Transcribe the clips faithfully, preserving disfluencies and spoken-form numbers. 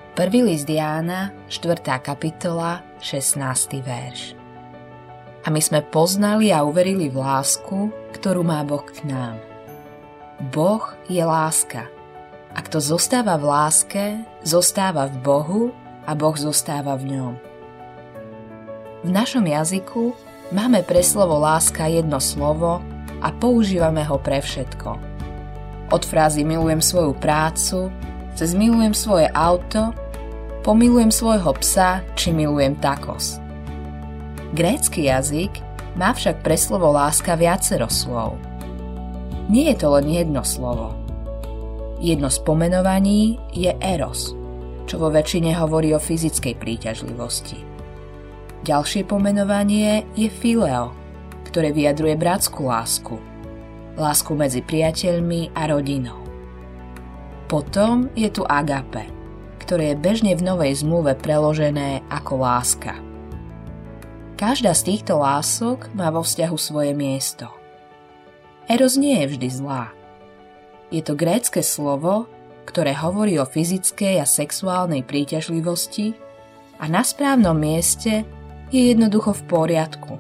Prvý list Jána, štvrtá kapitola, šestnásty verš. A my sme poznali a uverili v lásku, ktorú má Boh k nám. Boh je láska. A kto zostáva v láske, zostáva v Bohu a Boh zostáva v ňom. V našom jazyku máme pre slovo láska jedno slovo a používame ho pre všetko. Od frázy milujem svoju prácu, cez milujem svoje auto, pomilujem svojho psa, či milujem tacos. Grécky jazyk má však pre slovo láska viacero slov. Nie je to len jedno slovo. Jedno z pomenovaní je eros, čo vo väčšine hovorí o fyzickej príťažlivosti. Ďalšie pomenovanie je fileo, ktoré vyjadruje bratskú lásku, lásku medzi priateľmi a rodinou. Potom je tu agape, ktoré je bežne v Novej zmluve preložené ako láska. Každá z týchto lások má vo vzťahu svoje miesto. Eros nie je vždy zlá. Je to grécke slovo, ktoré hovorí o fyzickej a sexuálnej príťažlivosti a na správnom mieste je jednoducho v poriadku.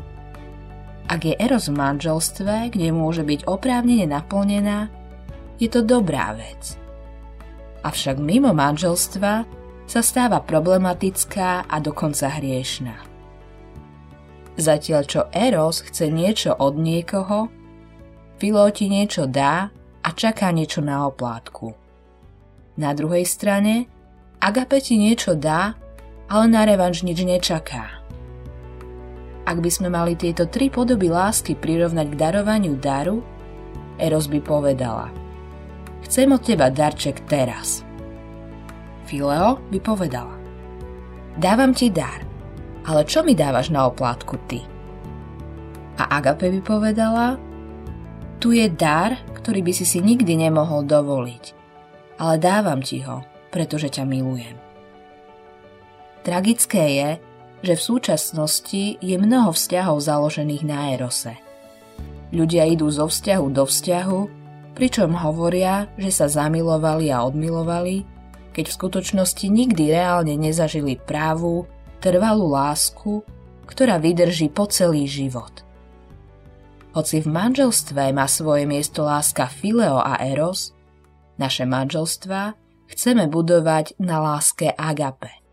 Ak je eros v manželstve, kde môže byť oprávnene naplnená, je to dobrá vec. Avšak mimo manželstva sa stáva problematická a dokonca hriešna. Zatiaľ čo eros chce niečo od niekoho, fileo ti niečo dá a čaká niečo na oplátku. Na druhej strane agape ti niečo dá, ale na revanš nič nečaká. Ak by sme mali tieto tri podoby lásky prirovnať k darovaniu daru, eros by povedala: chcem od teba darček teraz. Fileo by povedala: dávam ti dar, ale čo mi dávaš na oplátku ty? A agape by povedala: tu je dar, ktorý by si si nikdy nemohol dovoliť, ale dávam ti ho, pretože ťa milujem. Tragické je, že v súčasnosti je mnoho vzťahov založených na erose. Ľudia idú zo vzťahu do vzťahu, pričom hovoria, že sa zamilovali a odmilovali, keď v skutočnosti nikdy reálne nezažili právu, trvalú lásku, ktorá vydrží po celý život. Hoci v manželstve má svoje miesto láska fileo a eros, naše manželstvá chceme budovať na láske agape.